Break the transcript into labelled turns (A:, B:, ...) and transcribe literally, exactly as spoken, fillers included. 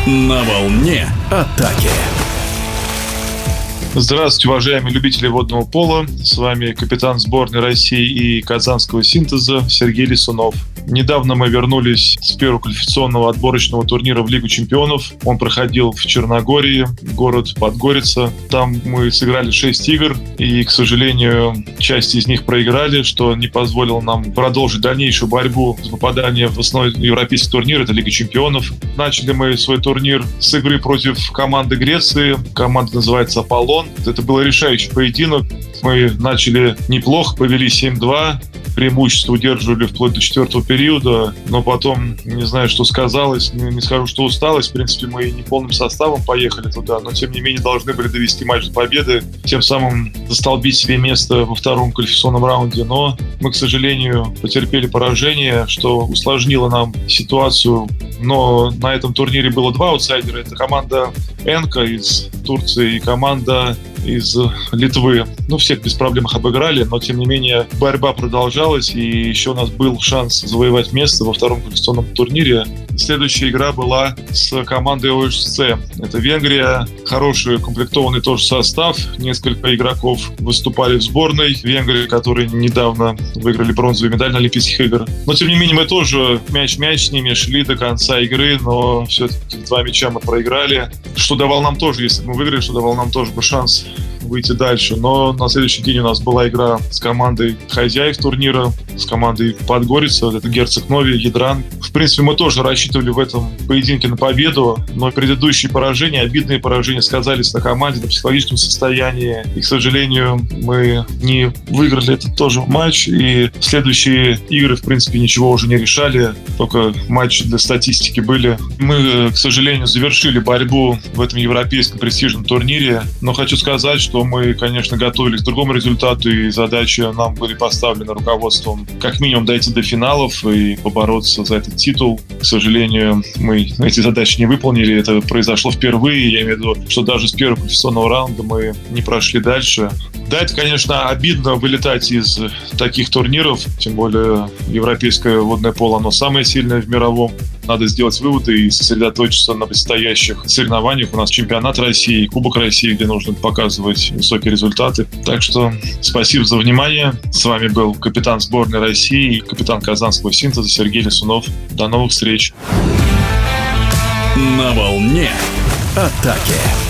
A: На волне атаки.
B: Здравствуйте, уважаемые любители водного пола. С вами капитан сборной России и Казанского синтеза Сергей Лисунов. Недавно мы вернулись с первого квалификационного отборочного турнира в Лигу чемпионов. Он проходил в Черногории, город Подгорица. Там мы сыграли шесть игр, и, к сожалению, часть из них проиграли, что не позволило нам продолжить дальнейшую борьбу за попадание в основной европейский турнир, это Лига чемпионов. Начали мы свой турнир с игры против команды Греции. Команда называется «Аполлон». Это был решающий поединок. Мы начали неплохо, повели семь-два. Преимущество удерживали вплоть до четвертого периода, но потом, не знаю, что сказалось, не, не скажу, что усталость. В принципе, мы не полным составом поехали туда, но, тем не менее, должны были довести матч до победы, тем самым застолбить себе место во втором квалификационном раунде. Но мы, к сожалению, потерпели поражение, что усложнило нам ситуацию. Но на этом турнире было два аутсайдера. Это команда Энка из Турции и команда из Литвы. Ну, всех без проблем их обыграли, но, тем не менее, борьба продолжалась, и еще у нас был шанс завоевать место во втором квалификационном турнире. Следующая игра была с командой о эс цэ. Это Венгрия, хороший комплектованный тоже состав. Несколько игроков выступали в сборной Венгрии, которые недавно выиграли бронзовую медаль на Олимпийских играх. Но, тем не менее, мы тоже мяч-мяч с ними шли до конца игры, но все-таки два мяча мы проиграли, что давал нам тоже, если бы мы выиграли, что давал нам тоже бы шанс выйти дальше. Но на следующий день у нас была игра с командой хозяев турнира, с командой Подгорица, это Герцог Нови, Ядран. В принципе, мы тоже рассчитывали в этом поединке на победу, но предыдущие поражения, обидные поражения сказались на команде, на психологическом состоянии. И, к сожалению, мы не выиграли этот тоже матч, и следующие игры, в принципе, ничего уже не решали, только матчи для статистики были. Мы, к сожалению, завершили борьбу в этом европейском престижном турнире, но хочу сказать, что мы, конечно, готовились к другому результату, и задачи нам были поставлены руководством как минимум дойти до финалов и побороться за этот титул. К сожалению, мы эти задачи не выполнили. Это произошло впервые. Я имею в виду, что даже с первого квалификационного раунда мы не прошли дальше. Да, это, конечно, обидно вылетать из таких турниров, тем более европейское водное поло, оно самое сильное в мировом. Надо сделать выводы и сосредоточиться на предстоящих соревнованиях. У нас чемпионат России, Кубок России, где нужно показывать высокие результаты. Так что спасибо за внимание. С вами был капитан сборной России и капитан Казанского синтеза Сергей Лисунов. До новых встреч.
A: На волне атаки.